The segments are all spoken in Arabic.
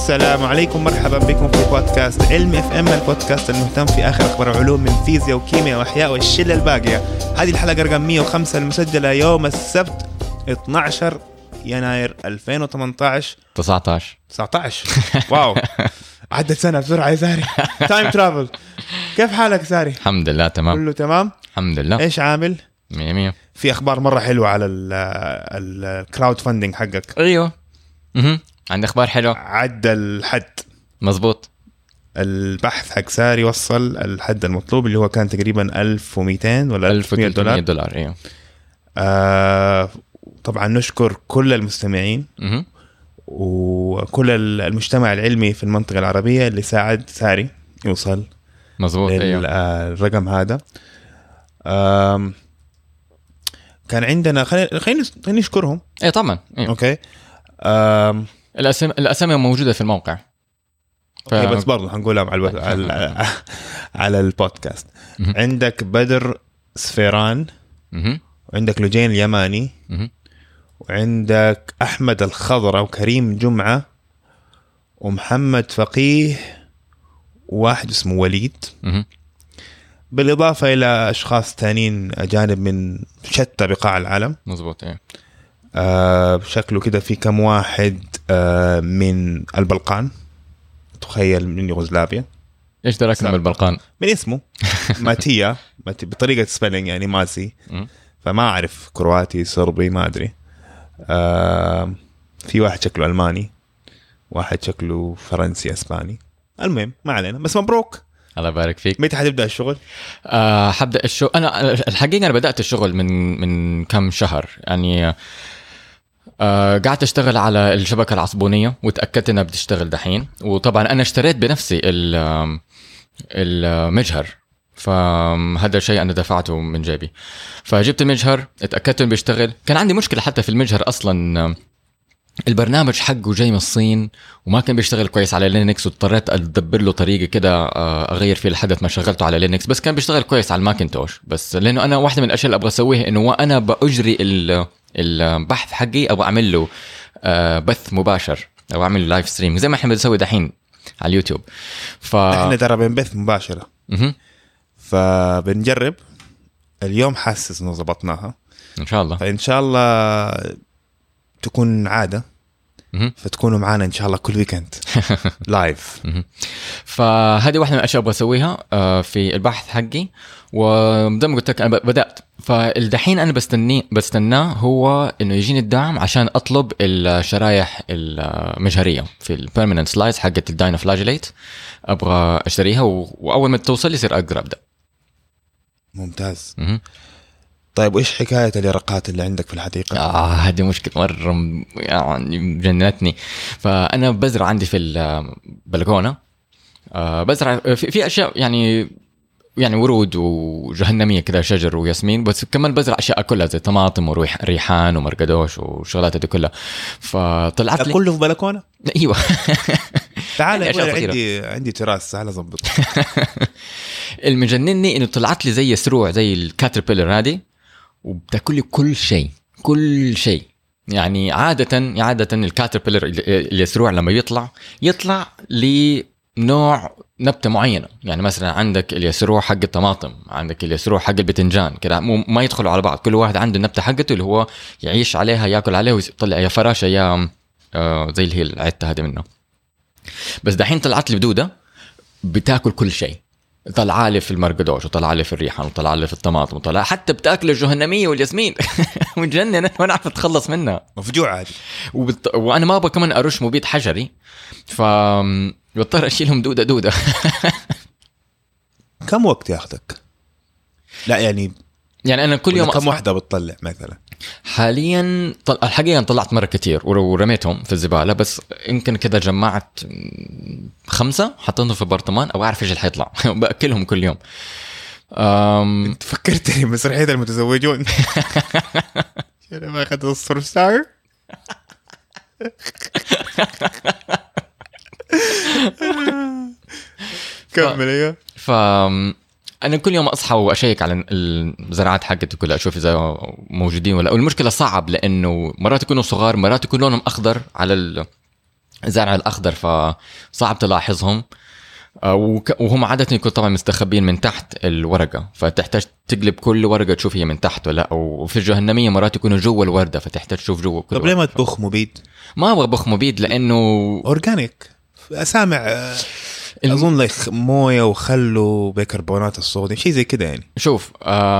السلام عليكم، مرحبا بكم في بودكاست علم اف ام، البودكاست المهتم في اخر اخبار علوم من فيزياء وكيمياء واحياء والشله الباقيه. هذه الحلقه رقم 105 المسجله يوم السبت 12 يناير 2018. 19 واو عدت سنه بسرعه يا ساري. تايم ترافل. كيف حالك ساري؟ الحمد لله تمام، كله تمام الحمد لله. ايش عامل؟ مية. في اخبار مره حلوه على الكراود فاندنج حقك. ايوه عندي اخبار حلوه. عدى الحد مزبوط، البحث حق ساري وصل الحد المطلوب اللي هو كان تقريبا 1200 ولا 1100 دولار. ايوه طبعا نشكر كل المستمعين وكل المجتمع العلمي في المنطقة العربية اللي ساعد ساري يوصل مزبوط. ايوه الرقم هذا. كان عندنا خلينا نشكرهم. ايه طبعا. أيوة. اوكي. الاسامي موجوده في الموقع بس برضه هنقولها على البودكاست. عندك بدر سفيران، وعندك لجين اليماني، وعندك أحمد الخضرة، وكريم جمعة، ومحمد فقيه، وواحد اسمه وليد، بالإضافة إلى أشخاص تانين أجانب من شتى بقاع العالم. مزبوط. شكله كده في كم واحد من البلقان، تخيل من يوغوسلافيا. ايش دراكنا بالبلقان؟ من اسمه ماتيا بطريقة سبيلينج يعني ماسي، فما أعرف كرواتي صربي ما أدري. في واحد شكله ألماني، واحد شكله فرنسي أسباني. المهم ما علينا، بس مبروك، الله يبارك فيك. متى حتبدأ الشغل؟ حبدأ الشغل. أنا الحقيقة أنا بدأت الشغل من كم شهر يعني. قعدت أشتغل على الشبكة العصبونية وتأكدت أنها بتشتغل دحين، وطبعا أنا اشتريت بنفسي المجهر، فهذا الشيء أنا دفعته من جيبي. فجبت المجهر، اتأكدت إنه بيشتغل. كان عندي مشكلة حتى في المجهر أصلا، البرنامج حقه جاي من الصين وما كان بيشتغل كويس على لينكس، واضطريت أدبر له طريقة كده أغير فيه لحد ما شغلته على لينكس. بس كان بيشتغل كويس على الماكنتوش، بس لأنه أنا واحدة من الأشياء اللي أبغى أسويها إنه أنا بأجري البحث حقي أبغى أعمل له بث مباشر أو أعمل لايف ستريم زي ما إحنا بنسوي دحين على اليوتيوب. إحنا ترى بنبث مباشرة. فبنجرب اليوم، حاسس إنه ضبطناها إن شاء الله. فإن شاء الله تكون عادة، فتكونوا معانا إن شاء الله كل ويكند لايف. فهذه واحدة من الأشياء أبغى أسويها في البحث حقي. وزي ما قلت لك أنا بدأت، فالدحين أنا بستناه هو إنه يجيني الدعم عشان أطلب الشرايح المجهرية في البيرمننت سلايدز حقت الداينوفلاجيليت. أبغى أشتريها وأول ما توصل يصير أقدر أبدأ. ممتاز. طيب وإيش حكاية اليرقات اللي عندك في الحديقة؟ هذه مشكلة مرة يعني جننتني. فأنا بزرع عندي في البلكونة، بزرع في أشياء يعني ورود وجهنمية كده، شجر وياسمين، بس كمان بزرع أشياء كلها زي طماطم وريحان ومرقدوش وشغلات دي كلها. فطلعت لي كله في بلكونة. أيوة تعال عندي تراس، تعال ضبط. المجنني إنه طلعت لي زي سروع زي الكاتربيلر هذه، وبتاكل لي كل شيء. يعني عادة الكاتربيلر اليسروع لما يطلع لنوع نبتة معينة. يعني مثلا عندك اليسروع حق الطماطم، عندك اليسروع حق البتنجان كده، ما يدخلوا على بعض. كل واحد عنده النبتة حقته اللي هو يعيش عليها، يأكل عليها ويطلع يا فراشة يا زي اللي هي العتة هذه منه. بس دحين طلعت لي بدودة بتاكل كل شيء، طلع لي في المرقدوش، وطلع لي في الريحان، وطلع لي في الطماطم، وطلع حتى بتاكل الجهنمية والياسمين. متجنن، وانا عارف اتخلص منها، مفجوع عادي. وانا ما ابغى كمان ارش مبيد حجري، بضطر اشيلهم دودة. كم وقت ياخذك؟ لا يعني انا كل يوم كم واحدة بتطلع مثلا؟ حاليا الحقيقة طلعت مرة كتير ورميتهم في الزبالة، بس يمكن كده جمعت 5 حطيتهم في برطمان، او اعرف ايش اللي حيطلع. باكلهم كل يوم. انت فكرتني بمسرحية المتزوجون. انا ما اخذت الصور ستار. كمل. ايوه. أنا كل يوم أصحى وأشيك على الزراعات حقتي كلها، أشوف إذا موجودين ولا. والمشكلة صعب لأنه مرات يكونوا صغار، مرات يكون لونهم أخضر الزرع الأخضر فصعب تلاحظهم. وهم عادة يكون طبعا مستخبين من تحت الورقة، فتحتاج تقلب كل ورقة تشوف هي من تحت ولا. أو في الجهنمية مرات يكونوا جوا الوردة، فتحتاج تشوف جوا كل. طب ليه ما تبخ مبيد؟ ما أبغى بخ مبيد لأنه أورجانيك. أسامع أظن لك موية وخل وبيكربونات الصوديوم شيء زي كده يعني. شوف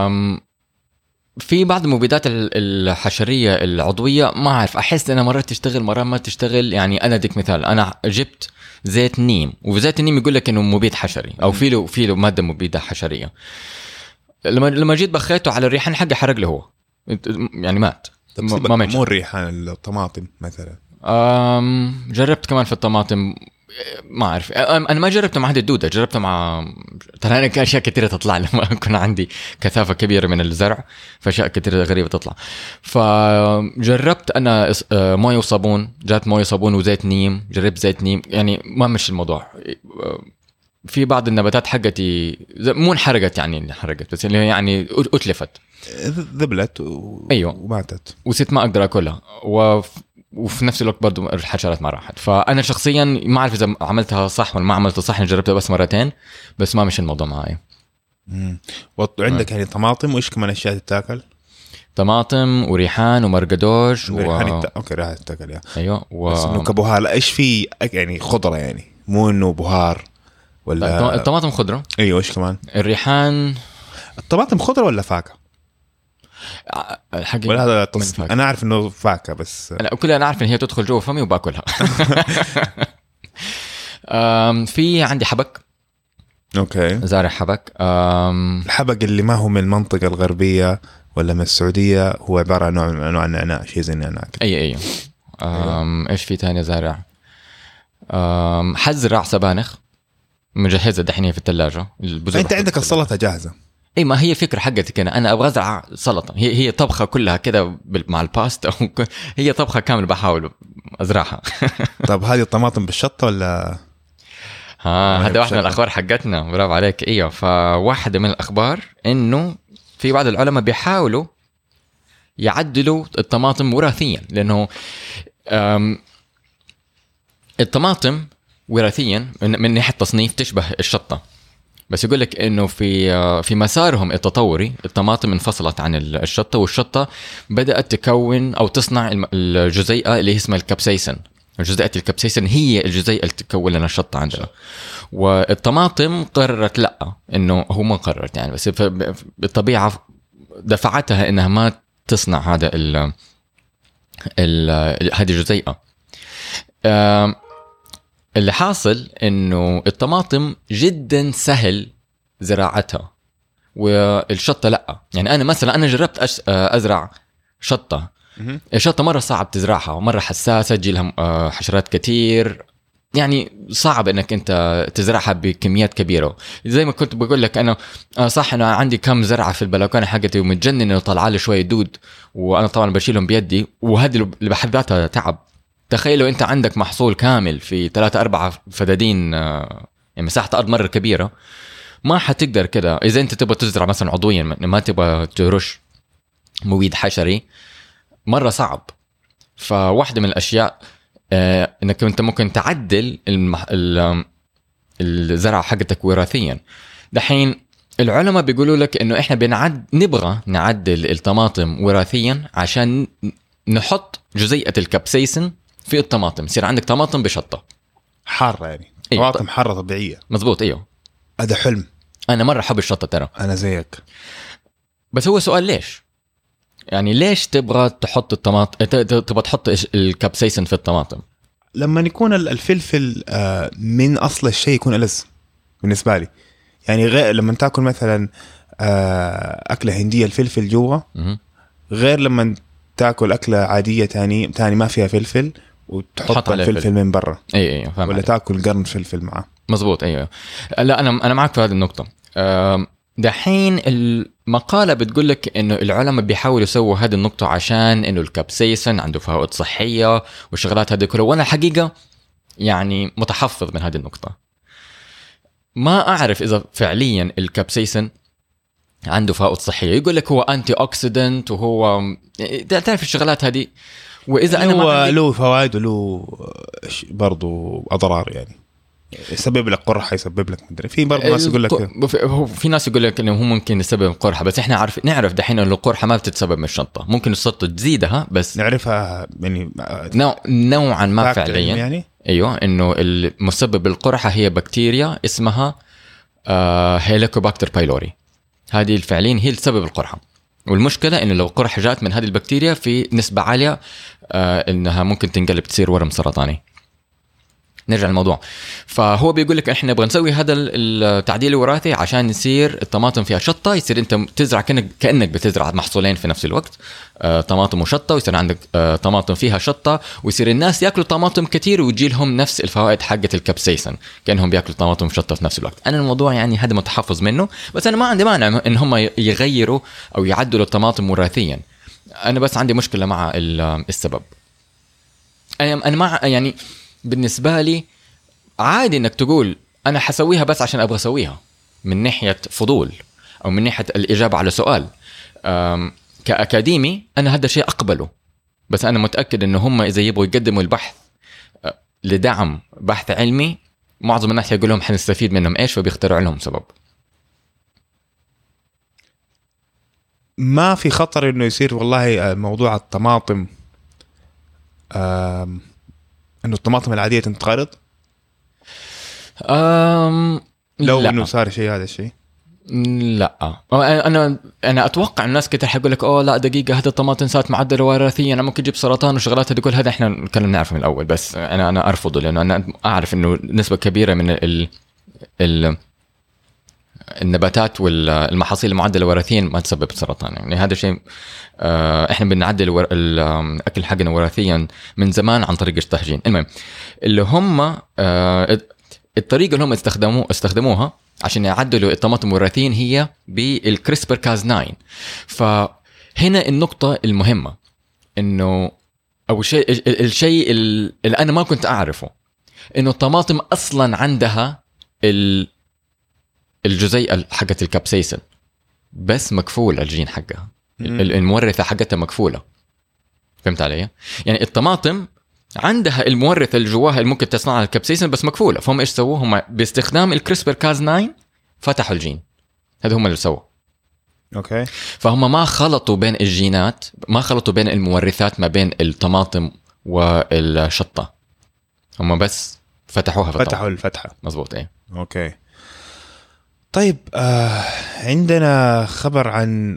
في بعض المبيدات الحشرية العضوية ما أعرف، أحس أنها مرات تشتغل مرات ما تشتغل. يعني أنا أديك مثال، أنا جبت زيت نيم، وزيت النيم يقول لك إنه مبيد حشري أو في له مادة مبيدة حشرية. لما جيت بخيته على الريحان حقه حرق له هو، يعني مات. ما مو الريحان، الطماطم مثلا. جربت كمان في الطماطم، ما أعرف. أنا ما جربته مع هذه الدودة، جربته مع ترى أنا أشياء كثيرة تطلع لما كنا عندي كثافة كبيرة من الزرع، فأشياء كثيرة غريبة تطلع. فجربت أنا موية وصابون، جات موية وصابون وزيت نيم، جربت زيت نيم يعني ما مش الموضوع. في بعض النباتات حقتي مو انحرقت، يعني انحرقت بس اللي يعني أتلفت، ذبلت أيوة وماتت، وست ما أقدر أكلها. وفي نفس الوقت برضو الحشرات ما راحت. فأنا شخصيا ما أعرف إذا عملتها صح ولا ما عملتها صح، جربتها بس مرتين بس ما مش الموضوع معي. وعندك يعني طماطم وإيش كمان أشياء تتاكل؟ طماطم وريحان ومرقدوش أوكي ريحان تتاكل يا. أيوة بس إنه كبهار إيش في يعني خضرة يعني مو إنه بهار ولا؟ الطماطم خضرة. أيوة إيش كمان؟ الريحان. الطماطم خضرة ولا فاكهة؟ ولا هذا أنا أعرف إنه فاكهة بس أنا عارف إن هي تدخل جوا فمي وباكلها. في عندي حبك. أوكي. زارع حبك. الحبك اللي ما هو من المنطقة الغربية ولا من السعودية، هو عبارة عن نوع من أنواع النعناع، شيء زي النعناع. أيوة. إيش في تاني زارع؟ حزرع سبانخ مجهزة دحين في الثلاجة. أنت عندك السلطة جاهزة. اي ما هي فكره حقتك. انا ابغى ازرع سلطه، هي طبخه كلها كده مع الباستا. هي طبخه كامله بحاول ازرعها. طب هذه الطماطم بالشطه ولا؟ هذا واحد من الاخبار حقتنا. برافو عليك. ايوه، فواحده من الاخبار انه في بعض العلماء بيحاولوا يعدلوا الطماطم وراثيا، لانه الطماطم وراثيا من ناحيه تصنيف تشبه الشطه، بس يقول لك انه في مسارهم التطوري الطماطم انفصلت عن الشطه، والشطه بدات تكون او تصنع الجزيئه اللي اسمها الكابسيسين. جزيئه الكابسيسين هي الجزيئه اللي تكون لنا الشطه عندنا. والطماطم قررت لا، انه هو ما قررت يعني، بس بالطبيعه دفعتها انها ما تصنع هذا هذه الجزيئه. اللي حاصل انه الطماطم جدا سهل زراعتها والشطه لا. يعني انا مثلا انا جربت ازرع شطه. الشطه مره صعب تزرعها ومره حساسه، تجي لها حشرات كتير، يعني صعب انك انت تزرعها بكميات كبيره. زي ما كنت بقول لك انا صح انا عندي كم زرعه في البلكونه حقتي ومتجنن انه طلع لي شويه دود، وانا طبعا بشيلهم بيدي، وهذه اللي بحد ذاتها تعب. تخيلوا انت عندك محصول كامل في 3-4 فدادين، يعني مساحه ارض مره كبيره، ما حتقدر كده. اذا انت تبغى تزرع مثلا عضويا، ما تبغى ترش مبيد حشري، مره صعب. فواحده من الاشياء انك انت ممكن تعدل الزرع حقتك وراثيا. دحين العلماء بيقولوا لك انه احنا نبغى نعدل الطماطم وراثيا عشان نحط جزيئة الكابسيسين في الطماطم، يصير عندك طماطم بشطة حارة، يعني طماطم حارة طبيعية. مزبوط. ايوه هذا حلم. انا مرة حب الشطة ترى. انا زيك. بس هو سؤال ليش؟ يعني ليش تبغى تحط تبغى تحط الكابسيسين في الطماطم؟ لما يكون الفلفل من اصل الشيء يكون ألذ بالنسبة لي. يعني غير لما تاكل مثلا اكلة هندية الفلفل جوا، غير لما تاكل أكلة عادية تاني ما فيها فلفل وتحط الفلفل من برا. اي ولا عليك. تاكل قرن فلفل معه. مزبوط. ايوه. لا انا معك في هذه النقطة. دحين المقالة بتقول لك انه العلماء بيحاولوا يسووا هذه النقطة عشان انه الكابسيسين عنده فوائد صحية والشغلات هذه كلها، وانا الحقيقة يعني متحفظ من هذه النقطة. ما اعرف اذا فعليا الكابسيسين عنده فوائد صحية. يقول لك هو أنتي أوكسيدنت وهو تعرف الشغلات هذه، واذا انا هو له فوائد وله برضو اضرار يعني. يسبب لك قرحه، يسبب لك مدري، في برضه ناس يقول لك هو في ناس يقول لك انه هو ممكن يسبب قرحه، بس احنا نعرف دحين انه القرحه ما بتتسبب من الشطه، ممكن الشطه تزيدها بس نعرفها يعني نوعا ما فعليا يعني. ايوه، انه المسبب القرحه هي بكتيريا اسمها هيليكوباكتر بايلوري، هذه فعليا هي السبب القرحه. والمشكله انه لو قرحه جات من هذه البكتيريا في نسبه عاليه انها ممكن تنقلب تصير ورم سرطاني. نرجع للموضوع. فهو بيقول لك احنا نبغى نسوي هذا التعديل الوراثي عشان يصير الطماطم فيها شطه، يصير انت تزرع كانك بتزرع محصولين في نفس الوقت، طماطم وشطه، ويصير عندك طماطم فيها شطه، ويصير الناس ياكلوا طماطم كتير ويجي لهم نفس الفوائد حقه الكابسيسن، كانهم بياكلوا طماطم وشطه في نفس الوقت. انا الموضوع يعني هذا متحفظ منه، بس انا ما عندي مانع ان هم يغيروا او يعدلوا الطماطم وراثيا. انا بس عندي مشكله مع السبب. انا ما يعني بالنسبة لي عادي انك تقول انا حسويها بس عشان ابغى اسويها من ناحية فضول او من ناحية الاجابة على سؤال. كأكاديمي انا هذا الشيء اقبله، بس انا متأكد انه هم اذا يبغوا يقدموا البحث لدعم بحث علمي، معظم الناس يقول لهم حنستفيد منهم ايش، فبيخترعوا لهم سبب. ما في خطر انه يصير والله موضوع الطماطم انه الطماطم العاديه تنقرض لو انه صار شيء هذا الشيء؟ لا، انا اتوقع الناس كتير حيقول لك لا دقيقه هذا الطماطم صارت معدله وراثيا، انا ممكن تجيب سرطان وشغلات هذه كل هذا احنا كنا نعرفه من الاول، بس انا ارفضه لانه انا اعرف انه نسبه كبيره من النباتات والمحاصيل المعدله وراثيا ما تسبب سرطان. يعني هذا شيء احنا بنعدل الاكل حقنا وراثيا من زمان عن طريق التهجين. المهم اللي هم الطريقه اللي هم استخدموها عشان يعدلوا الطماطم وراثيا هي بالكريسبر كاز 9. فهنا النقطه المهمه انه او الشيء اللي انا ما كنت اعرفه، انه الطماطم اصلا عندها الجزيئة حقة الكابسيسن بس مكفول الجين حقها، المورثة حقتها مكفولة. فهمت علي؟ يعني الطماطم عندها المورثة اللي جواها اللي ممكن تصنع الكابسيسن بس مكفولة. فهم ايش سووا؟ هم باستخدام الكريسبر كاز 9 فتحوا الجين. هذا هم اللي سووا. اوكي. فهم ما خلطوا بين الجينات، ما خلطوا بين المورثات ما بين الطماطم والشطة، هم بس فتحوها فتحوا الفتحة. مزبوط. ايه. اوكي. طيب عندنا خبر عن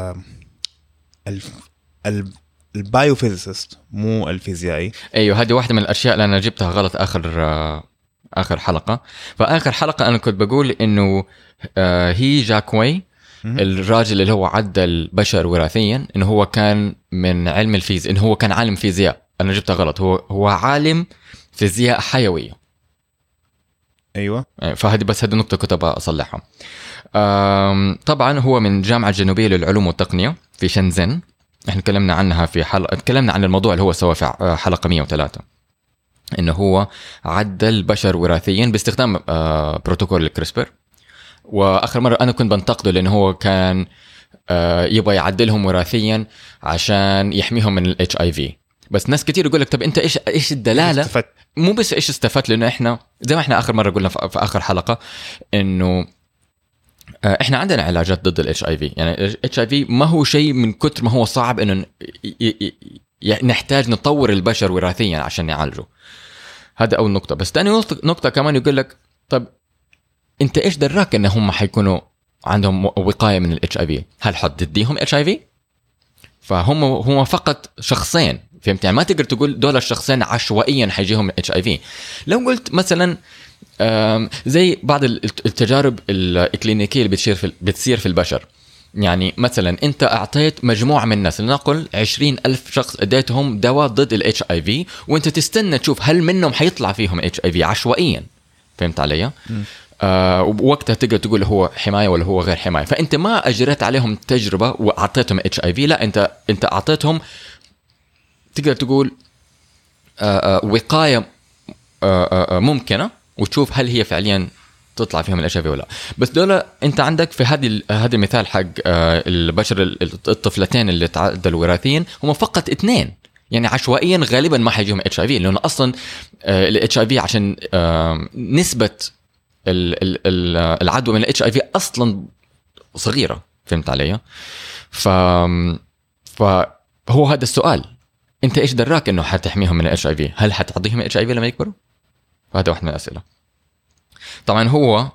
البايوفيزيست مو الفيزيائي. ايوه، هذه واحدة من الاشياء اللي انا جبتها غلط اخر حلقة. فاخر حلقة انا كنت بقول انه هي جاك واي الراجل اللي هو عدى البشر وراثيا، انه هو كان من علم الفيزياء، انه هو كان عالم فيزياء. انا جبتها غلط، هو عالم فيزياء حيوية. ايوه. فهذه بس هذه النقطه كنت ابغى اصلحها. طبعا هو من الجامعه الجنوبيه للعلوم والتقنيه في شنزن. احنا تكلمنا عنها في حلقه، تكلمنا عن الموضوع اللي هو سوى في حلقه 103، انه هو عدل البشر وراثيا باستخدام بروتوكول الكريسبر. واخر مره انا كنت بنتقده لانه هو كان يبغى يعدلهم وراثيا عشان يحميهم من الاتش اي في. بس ناس كتير يقول لك طب انت ايش الدلاله؟ استفدت. مو بس ايش استفدت، لانه احنا زي ما احنا اخر مره قلنا في اخر حلقه انه احنا عندنا علاجات ضد الاتش اي في. يعني الاتش اي في ما هو شيء من كتر ما هو صعب انه نحتاج نطور البشر وراثيا عشان نعالجه. هذا اول نقطه. بس ثاني نقطه كمان يقول لك طب انت ايش دراك ان هم حيكونوا عندهم وقايه من الاتش اي في؟ هل حتديهم اتش اي في؟ فهم فقط شخصين. فهمت؟ يعني ما تقدر تقول دول الشخصين عشوائيا حيجيهم اتش اي في. لو قلت مثلا زي بعض التجارب الكلينيكيه اللي بتصير في البشر، يعني مثلا انت اعطيت مجموعه من الناس، لنقل 20,000 شخص اديتهم دواء ضد الاتش اي في، وانت تستنى تشوف هل منهم حيطلع فيهم اتش اي في عشوائيا. فهمت علي؟ وقتها تقدر تقول هو حمايه ولا هو غير حمايه. فانت ما اجريت عليهم تجربه واعطيتهم اتش اي في، لا انت اعطيتهم تقدر تقول وقايه ممكنه، وتشوف هل هي فعليا تطلع فيهم الاتش اي في ولا. بس دول انت عندك في هذا المثال حق البشر الطفلتين اللي تعدلوا وراثيا هم فقط 2. يعني عشوائيا غالبا ما حيجيهم اتش اي في، لانه اصلا الاتش اي في عشان نسبه العدوى من الاتش اي في اصلا صغيره، فهمت علي؟ فهو هذا السؤال، انت ايش دراك انه حتحميهم من الاتش اي في؟ هل حتعطيهم الاتش اي في لما يكبروا؟ هذا واحد من الاسئله. طبعا هو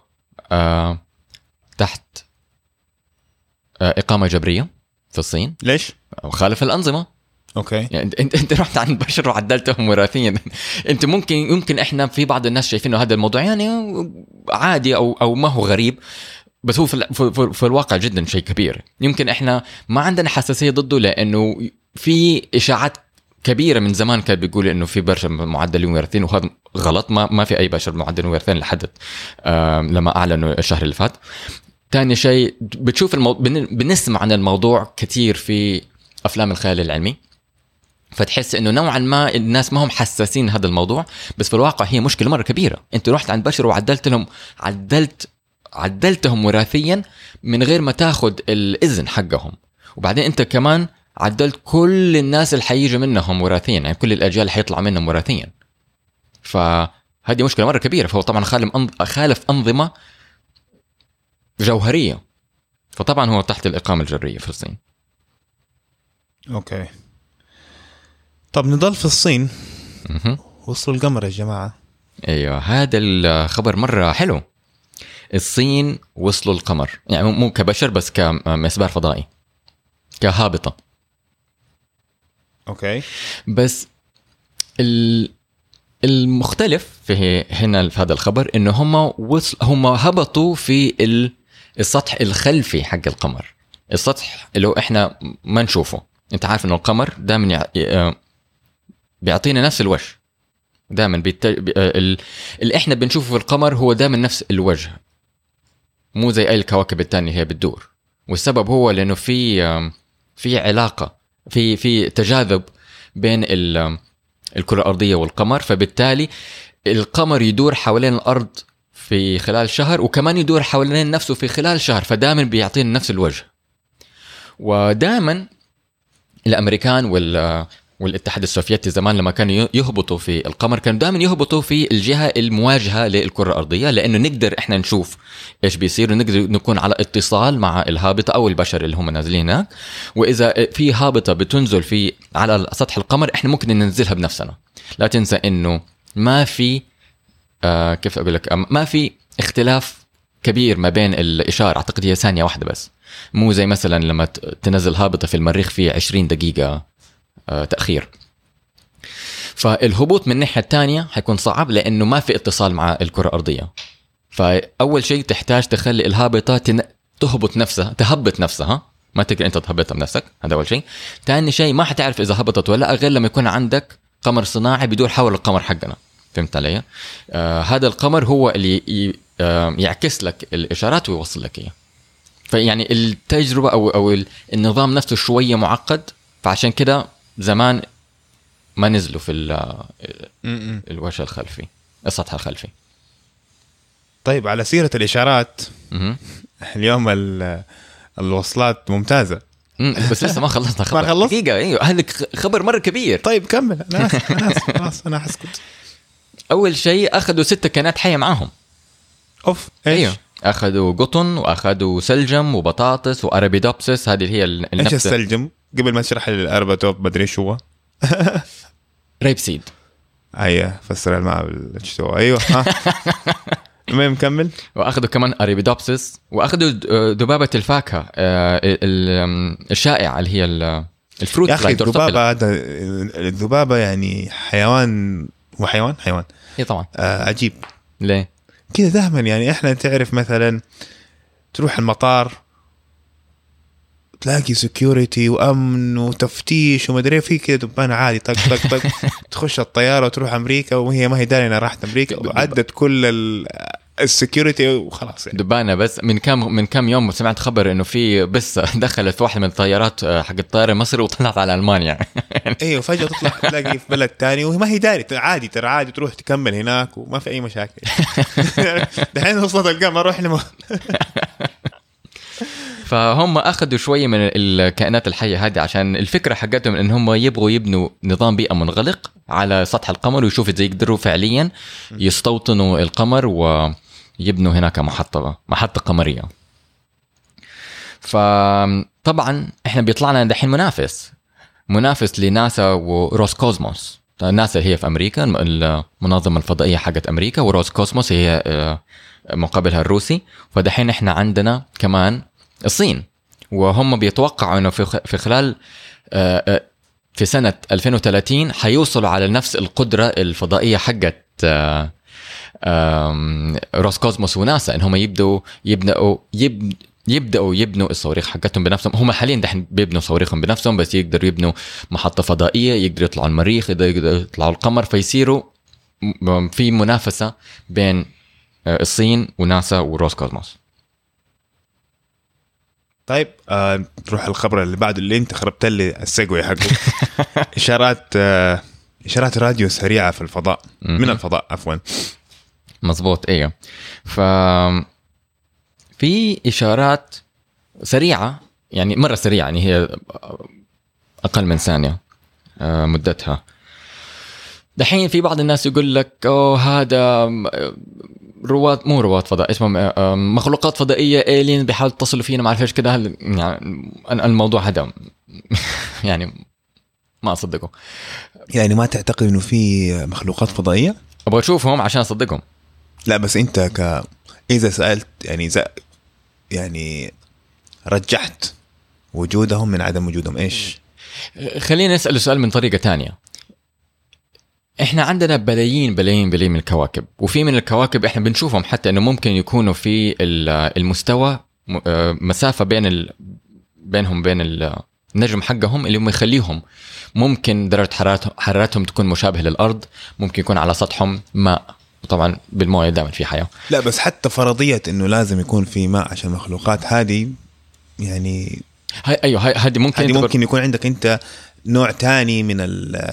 تحت اقامه جبريه في الصين. ليش؟ خالف الانظمه. اوكي، يعني انت رحت عن البشر وعدلتهم وراثيا. انت ممكن احنا في بعض الناس شايفين انه هذا الموضوع يعني عادي او ما هو غريب، بس هو في الواقع جدا شيء كبير. يمكن احنا ما عندنا حساسيه ضده، لانه في اشاعات كبيره من زمان كان بيقول انه في بشر معدلين وراثيين، وهذا غلط. ما في اي بشر معدلين وراثيين لحد لما اعلنوا الشهر اللي فات. تاني شيء بتشوف بنسمع عن الموضوع كتير في افلام الخيال العلمي، فتحس انه نوعا ما الناس ما هم حساسين هذا الموضوع، بس في الواقع هي مشكله مره كبيره. انت رحت عند بشر عدلتهم وراثيا من غير ما تاخد الاذن حقهم، وبعدين انت كمان عدلت كل الناس اللي حيجي منهم وراثيا، يعني كل الاجيال اللي حيطلع منهم وراثيا. فهذه مشكله مره كبيره. فهو طبعا خالف انظمه جوهريه، فطبعا هو تحت الاقامه الجبريه في الصين. اوكي، طب نضل في الصين. وصلوا القمر يا جماعه. ايوه، هذا الخبر مره حلو. الصين وصلوا القمر، يعني مو كبشر بس كمسبار فضائي، كهابطه. اوكي، بس المختلف في هنا في هذا الخبر انه هم هبطوا في السطح الخلفي حق القمر، السطح اللي هو احنا ما نشوفه. انت عارف انه القمر دائما بيعطينا نفس الوجه، دائما اللي احنا بنشوفه في القمر هو دائما نفس الوجه، مو زي اي الكواكب الثانيه هي بتدور. والسبب هو لانه في علاقه، في تجاذب بين الكره الارضيه والقمر، فبالتالي القمر يدور حوالين الارض في خلال شهر، وكمان يدور حوالين نفسه في خلال شهر، فدائما بيعطينا نفس الوجه. ودائما الامريكان والاتحاد السوفيتي زمان لما كانوا يهبطوا في القمر كانوا دائما يهبطوا في الجهه المواجهه للكره الارضيه، لانه نقدر احنا نشوف ايش بيصير، ونقدر نكون على اتصال مع الهابطه او البشر اللي هم نازلين هناك. واذا في هابطه بتنزل على سطح القمر احنا ممكن ننزلها بنفسنا. لا تنسى انه ما في كيف اقول لك، ما في اختلاف كبير ما بين الاشاره، اعتقد هي ثانيه واحده بس، مو زي مثلا لما تنزل هابطه في المريخ في 20 دقيقه تأخير. فالهبوط من الناحية الثانية حيكون صعب لأنه ما في اتصال مع الكرة الأرضية. فأول شيء تحتاج تخلي الهابطة تهبط نفسها، ما تقدر أنت تهبطها بنفسك، هذا أول شيء. ثاني شيء ما حتعرف إذا هبطت ولا غير لما يكون عندك قمر صناعي بيدور حول القمر حقنا، فهمت علي؟ هذا القمر هو اللي يعكس لك الإشارات ويوصل لك إياه. فيعني التجربة أو النظام نفسه شوية معقد، فعشان كده زمان ما نزلوا في الوجه الخلفي، السطح الخلفي. طيب على سيرة الإشارات، اليوم الوصلات ممتازة. بس لسه ما خلصنا خبر. ما خلص دقيقة. ايوه، هذا خبر مرة كبير. طيب كمل. أنا خلاص أنا حسكت. أول شيء أخذوا 6 كائنات حية معاهم. إيش؟ أيوه، أخذوا قطن وأخذوا سلجم وبطاطس وأرابيدوبسس. هذه هي النبتة. إيش السلجم؟ قبل ما تشرح لي الأرباتوب بدري شو هو. ريب سيد. أيه، فسر الماء بالشتوى. أيوه. المهم كمل. وأخذوا كمان أرابيدوبسس، وأخذوا ذبابة الفاكهة الشائعة اللي هي الفروت. يا أخي الذبابة، هذا الذبابة يعني حيوان، وحيوان إيه طبعا. عجيب. ليه كذا دائما؟ يعني إحنا تعرف مثلا تروح المطار تلاقي سكيورتي وأمن وتفتيش ومدري في كده دبانة عادي طق طق طق. تخش الطيارة وتروح أمريكا وهي ما هي داري أنا راحت أمريكا، وعدت كل السكيورتي وخلاص يعني. دبانة. بس من كم يوم سمعت خبر إنه في بس دخلت في واحدة من الطيارات حق الطيارة مصر وطلعت على ألمانيا. ايوه، فجأة تطلع تلاقي في بلد تاني وهي ما هي داري، عادي ترى، عادي تروح تكمل هناك وما في أي مشاكل. دحين وصلت القمر روح فهم اخذوا شويه من الكائنات الحيه هذه عشان الفكره حقتهم ان هم يبغوا يبنوا نظام بيئه منغلق على سطح القمر ويشوفوا اذا يقدروا فعليا يستوطنوا القمر ويبنوا هناك محطه قمريه. فطبعا احنا بيطلع لنا دحين منافس لناسا وروسكوزموس. ناسا هي في امريكا المنظمه الفضائيه حقت امريكا، وروسكوزموس هي مقابلها الروسي. فدحين احنا عندنا كمان الصين، وهم بيتوقعوا انه في خلال في سنه 2030 حيوصلوا على نفس القدره الفضائيه حقت روسكوزموس وناسا، انهم يبدأوا يبنوا الصواريخ حقتهم بنفسهم. هم حاليا دحين بيبنوا صواريخهم بنفسهم، بس يقدروا يبنوا محطة فضائية، يقدروا يطلعوا المريخ، يقدروا يطلعوا القمر، فيصيروا في منافسة بين الصين وناسا وروسكوزموس. طيب نروح الخبر اللي بعده اللي انت خربت لي السيجوي حقه. إشارات راديو سريعة في الفضاء، من الفضاء عفوا. مظبوط، ايوه. في إشارات سريعة، يعني مرة سريعة، يعني هي أقل من ثانية مدتها. دحين في بعض الناس يقول لك هذا مو رواد فضاء، اسمهم مخلوقات فضائية إيلين بيحاول يتصلوا فينا، ما أعرف إيش كده. يعني الموضوع هذا يعني ما أصدقه. يعني ما تعتقد إنه في مخلوقات فضائية؟ أبغى أشوفهم عشان أصدقهم. لا بس أنت إذا سألت يعني رجحت وجودهم من عدم وجودهم، إيش؟ خلينا نسأل سؤال من طريقة تانية. إحنا عندنا بلايين من الكواكب، وفي من الكواكب إحنا بنشوفهم حتى إنه ممكن يكونوا في المستوى مسافة بينهم بين النجم حقهم اللي هم يخليهم ممكن درجة حرارتهم تكون مشابهة للأرض، ممكن يكون على سطحهم ماء، وطبعا بالمويه دائما في حياه. لا بس حتى فرضيه انه لازم يكون في ماء عشان المخلوقات هذه، يعني هذه ممكن يكون عندك انت نوع تاني من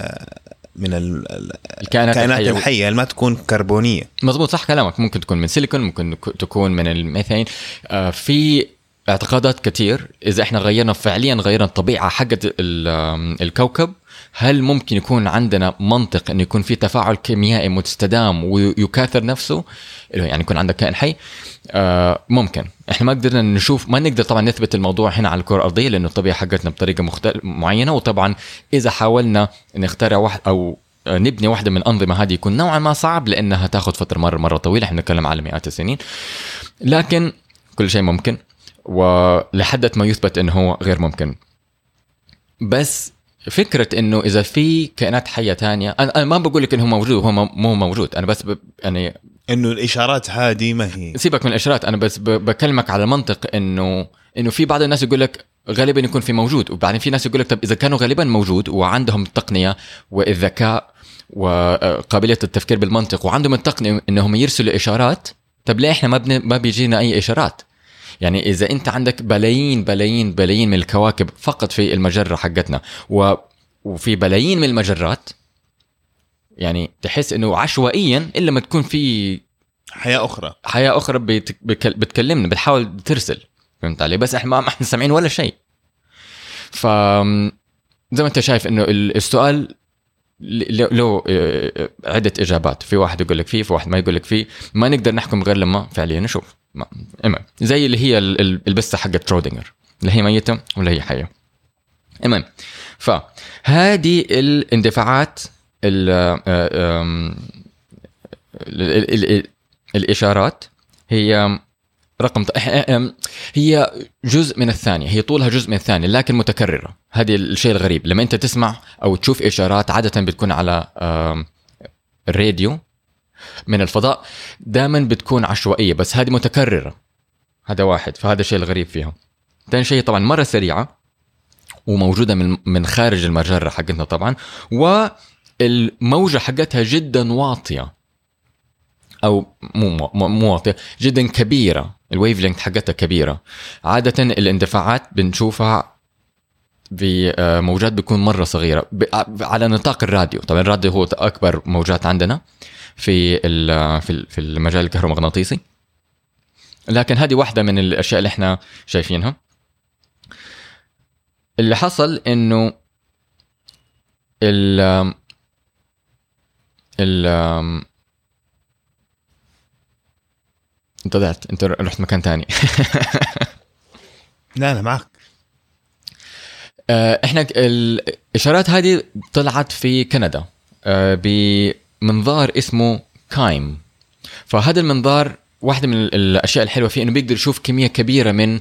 الكائنات الحيه اللي ما تكون كربونيه. مظبوط، صح كلامك. ممكن تكون من سيليكون، ممكن تكون من الميثين. في اعتقادات كتير اذا احنا غيرنا الطبيعه حقت الكوكب، هل ممكن يكون عندنا منطق انه يكون في تفاعل كيميائي مستدام ويكاثر نفسه، يعني يكون عندك كائن حي؟ ممكن. احنا ما قدرنا نشوف، ما نقدر طبعا نثبت الموضوع هنا على الكرة الأرضية لأنه الطبيعة حقتنا بطريقة معينة، وطبعا إذا حاولنا نخترع واحد أو نبني واحدة من الأنظمة هذه يكون نوعا ما صعب، لأنها تأخذ فترة مرة طويلة. احنا نتكلم على مئات السنين، لكن كل شيء ممكن، ولحد ما يثبت انه هو غير ممكن. بس فكرة انه اذا في كائنات حية تانية، انا ما بقول لك انه هو موجود، هو مو موجود. انا بس يعني انه الاشارات هذه ما هي، سيبك من الاشارات، انا بس بكلمك على منطق انه في بعض الناس يقول لك غالبا يكون في موجود، وبعدين في ناس يقول لك طب اذا كانوا غالبا موجود وعندهم التقنية والذكاء وقابلية التفكير بالمنطق وعندهم التقنية انهم يرسلوا اشارات، طب ليه احنا ما بيجينا اي اشارات؟ يعني إذا أنت عندك بلايين من الكواكب فقط في المجرة حقتنا، وفي بلايين من المجرات، يعني تحس إنه عشوائيا إلا ما تكون في حياة أخرى بتكلمنا، بتحاول ترسل، فهمت علي؟ بس إحنا ما سامعين ولا شيء. زي ما أنت شايف إنه السؤال له عدة إجابات، في واحد يقول لك فيه، في واحد ما يقول لك فيه. ما نقدر نحكم غير لما فعليا نشوف. زي اللي هي البسة حقت شرودنجر، اللي هي ميتة ولا هي حية. فهذه الاندفاعات الإشارات هي هي جزء من الثانية، هي طولها جزء من الثانية لكن متكررة. هذه الشيء الغريب، لما أنت تسمع أو تشوف إشارات عادة بتكون على الراديو من الفضاء، دائما بتكون عشوائية، بس هذه متكررة. هذا واحد، فهذا الشيء الغريب فيها. ثاني شيء طبعا مرة سريعة وموجودة من خارج المجرة حقتنا طبعا، والموجة حقتها جدا واطية، أو مو واطية، جدا كبيرة. الويف لينث حقتها كبيرة. عادة الاندفاعات بنشوفها بموجات بيكون مرة صغيرة على نطاق الراديو. طبعا الراديو هو أكبر موجات عندنا في المجال الكهرومغناطيسي، لكن هذه واحدة من الأشياء اللي احنا شايفينها. اللي حصل انه ال انت ضعت، انت رحت مكان تاني. لا أنا معك. احنا الاشارات هذه طلعت في كندا بمنظار اسمه كايم. فهذا المنظار واحدة من الاشياء الحلوة فيه انه بيقدر يشوف كمية كبيرة من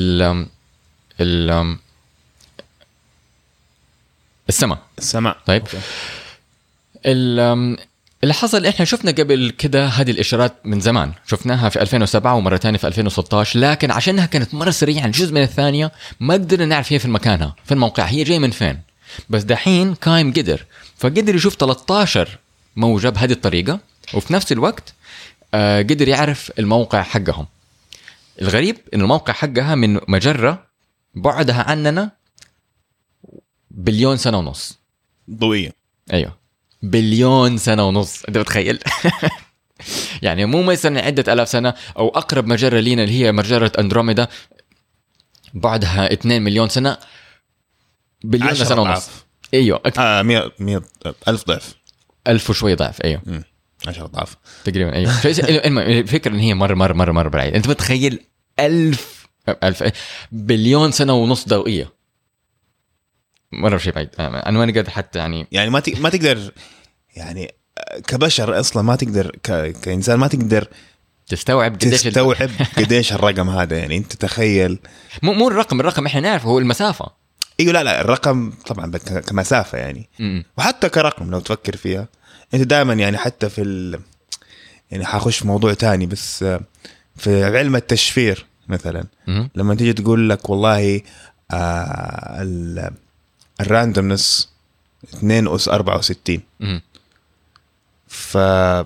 السماء. طيب اللي حصل احنا شفنا قبل كده هذه الاشارات من زمان، شفناها في 2007 ومره ثانيه في 2016، لكن عشانها كانت مره سريعه جزء من الثانيه ما قدرنا نعرف هي في مكانها في الموقع هي جاي من فين. بس دحين كايم فقدر يشوف 13 موجة بهذه الطريقه، وفي نفس الوقت قدر يعرف الموقع حقهم. الغريب انه الموقع حقها من مجره بعدها عننا 1,000,000,000 سنه ونص ضوئيه. ايوه 1,000,000,000 سنة ونص، انت متخيل؟ يعني مو مثلا عدة آلاف سنة، او اقرب مجرة لينا اللي هي مجرة اندروميدا بعدها 2 مليون سنة، 1,000,000,000 سنة ونص. ايوه 100,000 ضعف، 1000 وشوي ضعف. ايوه 10 ضعف تقريبا. ايوه الفكرة ان هي مرة بعيد. انت متخيل 1000 بليون سنة ونص ضوئية، مرة شيء بعيد. أنا ما نقدر حتى يعني ما تقدر يعني كبشر أصلا ما تقدر كإنسان ما تقدر تستوعب قديش الرقم هذا. يعني أنت تخيل مو الرقم إحنا نعرف هو المسافة. أيوة لا الرقم طبعا كمسافة يعني وحتى كرقم لو تفكر فيها أنت دائما يعني حتى في يعني حاخش في موضوع تاني، بس في علم التشفير مثلا لما تيجي تقول لك والله الراندومنس 2 أس 64. ففكرة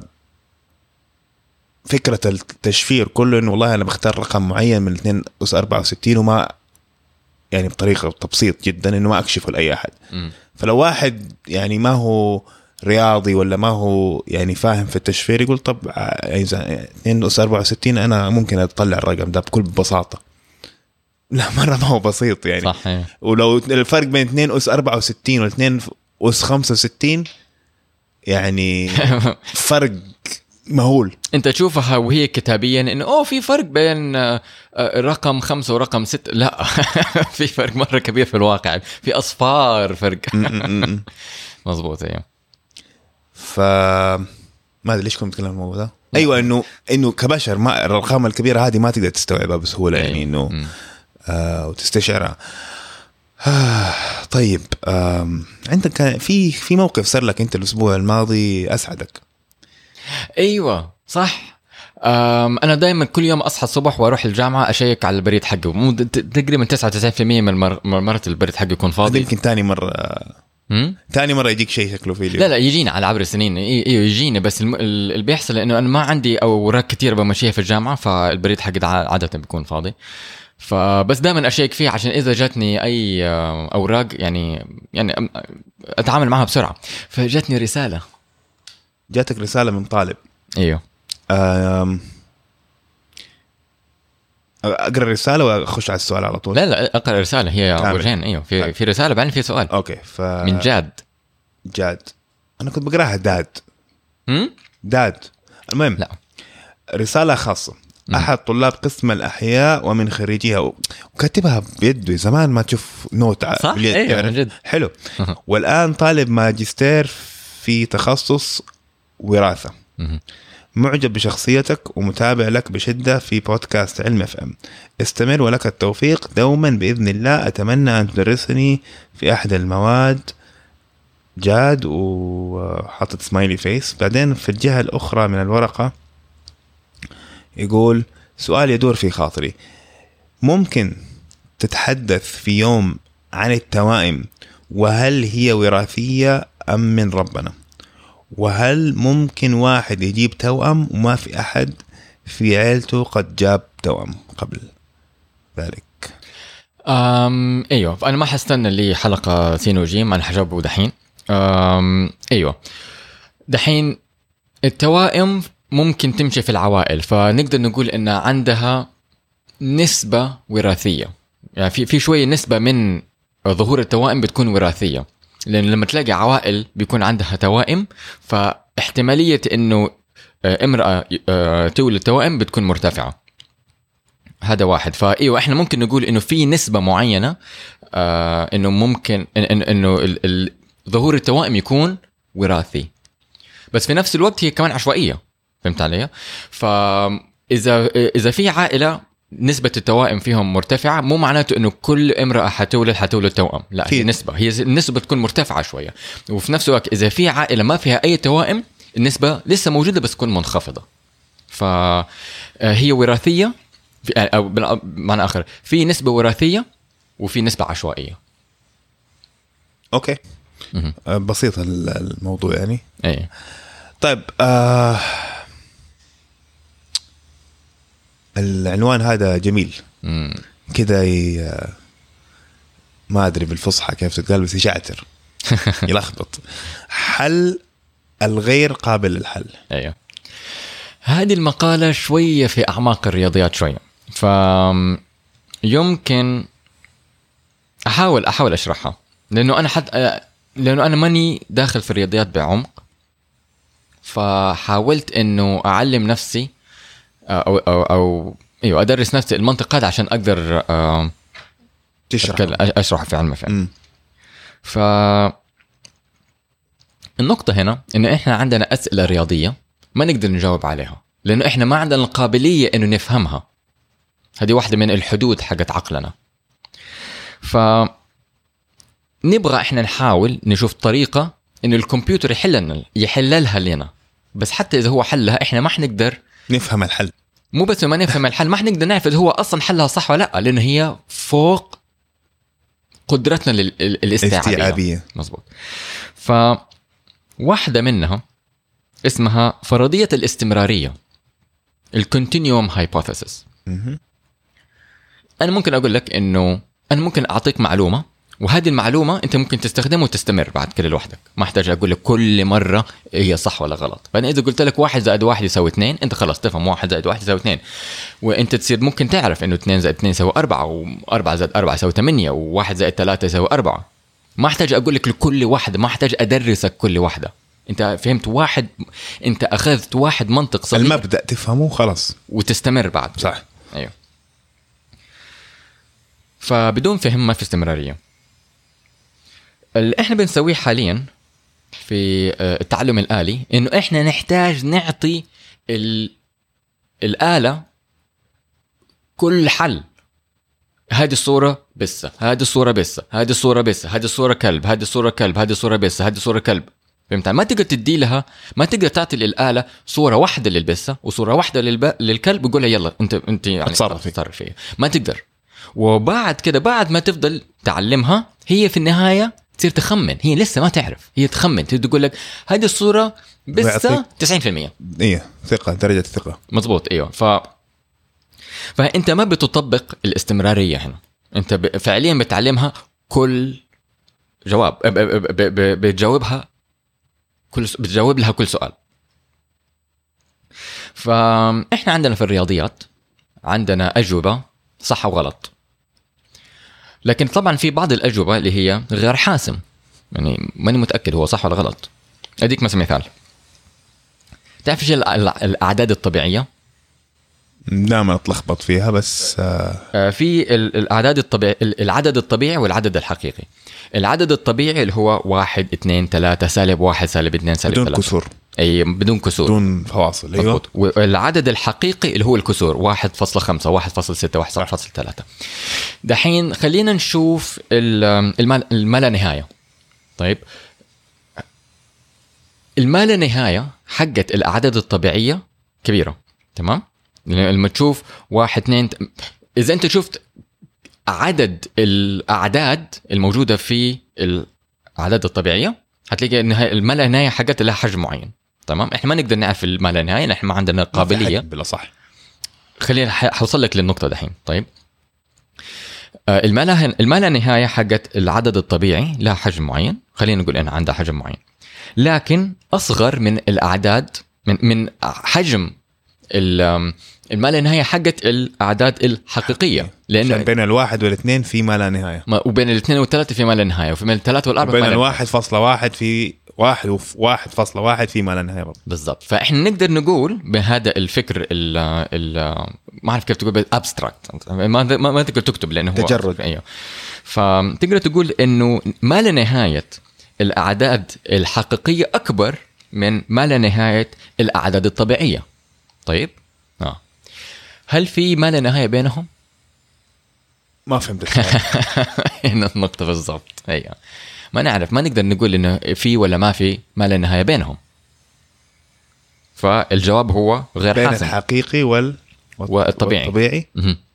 التشفير كله إنه والله أنا بختار رقم معين من 2 أس 64 وما يعني بطريقة تبسيط جدا إنه ما أكشفه لأي أحد. فلو واحد يعني ما هو رياضي ولا ما هو يعني فاهم في التشفير يقول طب 2 أس 64 أنا ممكن أطلع الرقم ده بكل بساطة. لا مرة ما هو بسيط يعني. صح. ولو الفرق بين 2 أس 64 و 2 أس 65 يعني فرق مهول. انت تشوفها وهي كتابيا انه في فرق بين رقم 5 ورقم 6. لا في فرق مرة كبير في الواقع، في أصفار فرق. مظبوط. ايوه ما ادري ليش كنت بتكلم عن الموضوع ده. ايوه انه كبشر ما الارقام الكبيرة هذه ما تقدر تستوعبها بسهولة. يعني انه وتستشعرها. طيب عندك في موقف صار لك انت الاسبوع الماضي اسعدك؟ ايوه صح. انا دائما كل يوم اصحى الصبح واروح الجامعه اشيك على البريد حقه. تقريبا 99% من مرات البريد حقه يكون فاضي. يمكن ثاني مره يجيك شيء شكله فيه. لا يجينا على عبر السنين. ايوه يجيني، بس اللي بيحصل انه انا ما عندي اوراق كتير بمشيها في الجامعه، فالبريد حقي عاده بيكون فاضي. فبس دائما اشيك فيه عشان اذا جاتني اي اوراق يعني اتعامل معها بسرعه. فجاتني رساله. جاتك رساله من طالب؟ ايوه. اقرا الرساله واخش على السؤال على طول؟ لا اقرا الرساله، هي ورجين. ايوه في رساله بعدين في سؤال. اوكي. من جاد. انا كنت بقراها داد. المهم لا، رساله خاصه. أحد طلاب قسم الأحياء ومن خريجيها، وكاتبها بيده. زمان ما تشوف نوت صح. أيوة جد حلو. والآن طالب ماجستير في تخصص وراثة. معجب بشخصيتك ومتابع لك بشدة في بودكاست علم اف ام. استمر ولك التوفيق دوما بإذن الله. أتمنى أن تدرسني في أحد المواد. جاد، وحاطط سمايلي فيس. بعدين في الجهة الأخرى من الورقة يقول سؤال يدور في خاطري. ممكن تتحدث في يوم عن التوائم، وهل هي وراثية أم من ربنا؟ وهل ممكن واحد يجيب توأم وما في أحد في عيلته قد جاب توأم قبل ذلك؟ أيوة. أنا ما حستنى لي حلقة سين وجيم، أنا حجاوبه دحين. أيوة دحين التوائم ممكن تمشي في العوائل، فنقدر نقول إن عندها نسبة وراثية. يعني في شوية نسبة من ظهور التوائم بتكون وراثية، لأن لما تلاقي عوائل بيكون عندها توائم فاحتمالية إنه امرأة تولد توائم بتكون مرتفعة. هذا واحد. فايوه احنا ممكن نقول انه في نسبة معينة انه ممكن انه ظهور التوائم يكون وراثي، بس في نفس الوقت هي كمان عشوائية. فهمت علي؟ فاذا في عائلة نسبة التوائم فيهم مرتفعة مو معناته انه كل امرأة حتولد توأم، لا هي نسبة، هي النسبة تكون مرتفعة شوية. وفي نفس الوقت اذا في عائلة ما فيها اي توائم النسبة لسه موجودة بس تكون منخفضة. فهي وراثية أو بمعنى آخر في نسبة وراثية وفي نسبة عشوائية. أوكي. بسيط الموضوع يعني. أي. طيب العنوان هذا جميل كده ما أدري بالفصحى كيف تتقال بس يشعتر يلخبط. حل الغير قابل للحل. أيوه. هذه المقالة شوية في أعماق الرياضيات شوية، فيمكن أحاول أشرحها لأنه أنا ماني داخل في الرياضيات بعمق، فحاولت إنه أعلم نفسي أو أيوة أدرس نفسي المنطق هذا عشان أقدر أشرح في علم الفهم. فالنقطة هنا إنه إحنا عندنا أسئلة رياضية ما نقدر نجاوب عليها لأنه إحنا ما عندنا القابلية إنه نفهمها. هذه واحدة من الحدود حقت عقلنا. فنبغى إحنا نحاول نشوف طريقة إنه الكمبيوتر يحللها لنا، بس حتى إذا هو حلها إحنا ما حنقدر نفهم الحل. مو بس ما نفهم الحل، ما حنقدر نعرف إذا هو أصلا حلها صح ولا لا، لأنه هي فوق قدرتنا الاستيعابية. مظبوط. فواحدة منها اسمها فرضية الاستمرارية، الكونتينيوم هايبوثيسيس. أنا ممكن أقول لك إنه أنا ممكن أعطيك معلومة، وهذه المعلومة أنت ممكن تستخدمها وتستمر بعد كده لوحدك، ما أحتاج أقول لك كل مرة هي صح ولا غلط. فأنا إذا قلت لك 1 زائد 1 يساوي 2، أنت خلاص تفهم 1 زائد 1 يساوي 2، وأنت تصير ممكن تعرف إنه 2 زائد 2 يساوي 4، و4 زائد 4 يساوي 8، و1 زائد 3 يساوي 4. ما أحتاج أقول لك لكل واحدة، ما أحتاج أدرسك كل واحدة. أنت فهمت واحد، أنت أخذت واحد منطق صغير، المبدأ تفهمه خلاص وتستمر بعد. صح. أيوه. فبدون فهم ما في استمرارية. اللي احنا بنسويه حاليا في التعلم الآلي انه احنا نحتاج نعطي الآلة كل حل. هذه الصورة بسة، هذه الصورة بسة، هذه الصورة بسة، هذه الصورة كلب، هذه الصورة كلب، هذه الصورة بسة، هذه الصورة كلب. فهمت؟ ما تقدر تدي لها، ما تقدر تعطي للآلة صورة واحدة للبسة وصورة واحدة للكلب وقولها يلا انت يعني تصرف فيها. ما تقدر. وبعد كده بعد ما تفضل تعلمها هي في النهاية تصير تخمن. هي لسه ما تعرف، هي تخمن، تقول لك هذه الصورة بسة 90%. ايه ثقة، درجة الثقة. مظبوط. ايوه. فانت ما بتطبق الاستمرارية هنا، انت فعليا بتعلمها كل جواب، بتجاوب لها كل سؤال. فاحنا عندنا في الرياضيات عندنا أجوبة صح وغلط، لكن طبعا في بعض الأجوبة اللي هي غير حاسم، يعني ماني متأكد هو صح ولا غلط. أديك مثال، تعرف ايش الأعداد الطبيعية؟ دائما أتلخبط فيها بس في الأعداد الطبيعية، العدد الطبيعي والعدد الحقيقي. العدد الطبيعي اللي هو 1 2 3 -1 -2 -3 بدون كسور. أي بدون كسور، بدون فواصل. أيوة. والعدد الحقيقي اللي هو الكسور 1.5 1.6 1.3. دحين خلينا نشوف الما لا نهاية. طيب الما لا نهاية حقت الأعداد الطبيعية كبيرة، تمام؟ لما تشوف 1 2، إذا أنت شفت عدد الأعداد الموجودة في الأعداد الطبيعية هتلاقي الما لا نهاية حقت لها حجم معين. تمام؟ إحنا ما نقدر نعرف الما لا نهاية، إحنا ما عندنا قابلية. بلا صح. خلينا حوصل لك للنقطة دحين. طيب الما لا نهاية حقت العدد الطبيعي لها حجم معين، خلينا نقول إنها عندها حجم معين، لكن أصغر من الأعداد، من حجم الما لا نهايه حقت الاعداد الحقيقيه، لانه بين الواحد والاثنين في ما لا نهايه، وبين الاثنين والثلاثه في ما لا نهايه، وفي بين الثلاثه والاربعه بين الواحد فاصلة واحد في واحد وواحد فاصلة واحد في ما لا نهايه برضه. بالضبط. فاحنا نقدر نقول بهذا الفكر ما اعرف كيف تقول بالابستراكت، ما تقدر تكتب لانه هو تجرد. ايوه. فتقدر تقول انه ما لا نهايه الاعداد الحقيقيه اكبر من ما لا نهايه الاعداد الطبيعيه. طيب هل في ما لا نهايه بينهم؟ ما فهمت السؤال. هنا النقطه بالضبط. ايوه ما نعرف، ما نقدر نقول انه في ولا ما في ما لا نهايه بينهم. فالجواب هو غير بين حاسم. الحقيقي والطبيعي.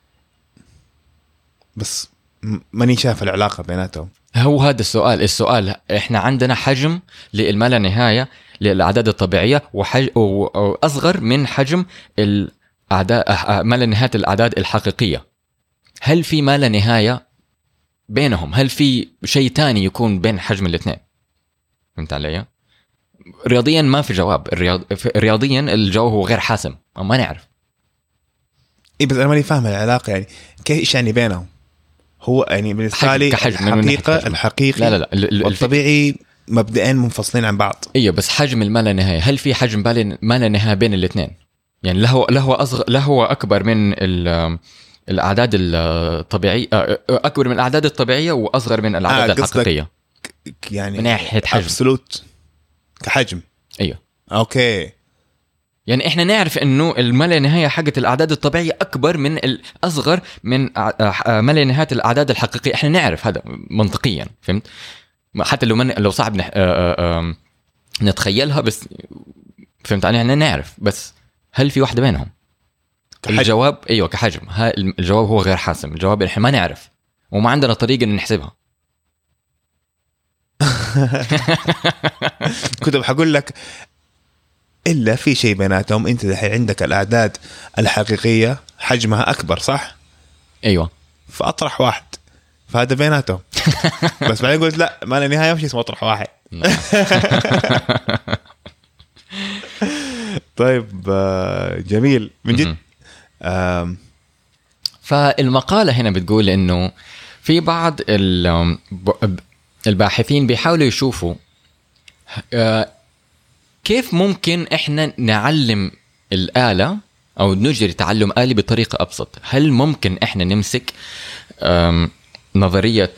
بس ماني شايف العلاقه بيناتهم. هو هذا السؤال احنا عندنا حجم للما لا نهايه للاعداد الطبيعيه واصغر من حجم الاعداد ما لا نهايه الاعداد الحقيقيه. هل في ما لا نهايه بينهم؟ هل في شيء تاني يكون بين حجم الاثنين؟ فهمت علي؟ رياضيا ما في جواب. رياضيا الجواب هو غير حاسم، ما نعرف. اي بس انا ماني فاهم العلاقه، يعني كيف يعني بينهم؟ هو يعني بالنسبه لي الحقيقي لا والطبيعي مبدئيا منفصلين عن بعض. ايوه بس حجم الما لا نهايه، هل في حجم ما لا نهايه بين الاثنين؟ يعني له اكبر من الاعداد الطبيعيه، اكبر من الاعداد الطبيعيه واصغر من الاعداد الحقيقيه، يعني من ناحيه حجم ابسولوت كحجم. ايوه اوكي. يعني احنا نعرف انه الما لا نهايه حقت الاعداد الطبيعيه اكبر من الاصغر من ما لا نهايه الاعداد الحقيقيه. احنا نعرف هذا منطقيا، فهمت؟ حتى لو صعب نتخيلها، بس فهمت علي؟ احنا نعرف، بس هل في واحده بينهم؟ كحجم. الجواب ايوه كحجم. الجواب هو غير حاسم. الجواب احنا ما نعرف وما عندنا طريقه ان نحسبها. كنت بحقول لك إلا في شيء بيناتهم. أنت دحين عندك الأعداد الحقيقية حجمها أكبر، صح؟ أيوة. فأطرح واحد، فهذا بيناتهم. بس بعدين قلت لا، ما لا نهاية مش اسمه أطرح واحد. طيب جميل من جد. فالمقالة هنا بتقول إنه في بعض الباحثين بيحاولوا يشوفوا كيف ممكن إحنا نعلم الآلة أو نجري تعلم آلي بطريقة أبسط. هل ممكن إحنا نمسك نظرية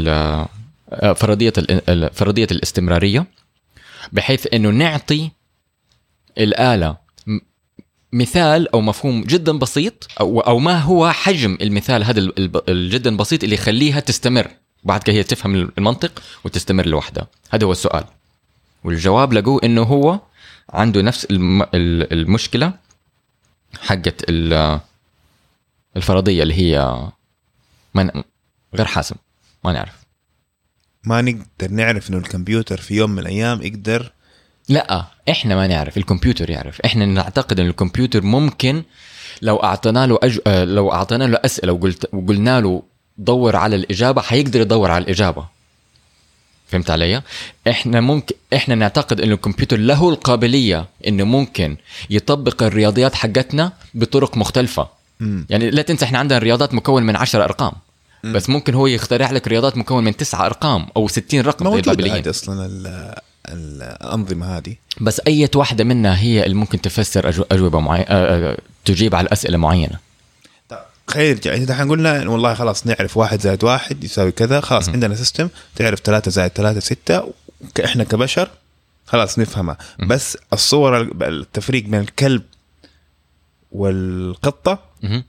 فرضية الاستمرارية بحيث إنه نعطي الآلة مثال أو مفهوم جدا بسيط أو ما هو حجم المثال هذا الجدا بسيط اللي يخليها تستمر بعد كده هي تفهم المنطق وتستمر لوحدها. هذا هو السؤال، والجواب لقوه إنه هو عنده نفس المشكلة حقت الفرضية اللي هي غير حاسم. ما نعرف، ما نقدر نعرف إنه الكمبيوتر في يوم من الأيام يقدر. لا إحنا ما نعرف، الكمبيوتر يعرف. إحنا نعتقد إن الكمبيوتر ممكن لو أعطينا له أسئلة وقلنا له دور على الإجابة حيقدر يدور على الإجابة. فهمت علي؟ إحنا نعتقد إن الكمبيوتر له القابلية إنه ممكن يطبق الرياضيات حقتنا بطرق مختلفة. يعني لا تنسى إحنا عندنا رياضات مكون من 10 أرقام، بس ممكن هو يخترع لك رياضات مكون من 9 أرقام أو 60 رقم. موجودة أصلا الأنظمة هذه، بس أي واحدة منها هي اللي ممكن تفسر أجوبة معينة، تجيب على أسئلة معينة. خير يعني إذا قلنا والله خلاص نعرف 1 زائد 1 يساوي كذا، خلاص عندنا سيستم تعرف 3 زائد 3 6، إحنا كبشر خلاص نفهمها. بس الصورة التفريق بين الكلب والقطة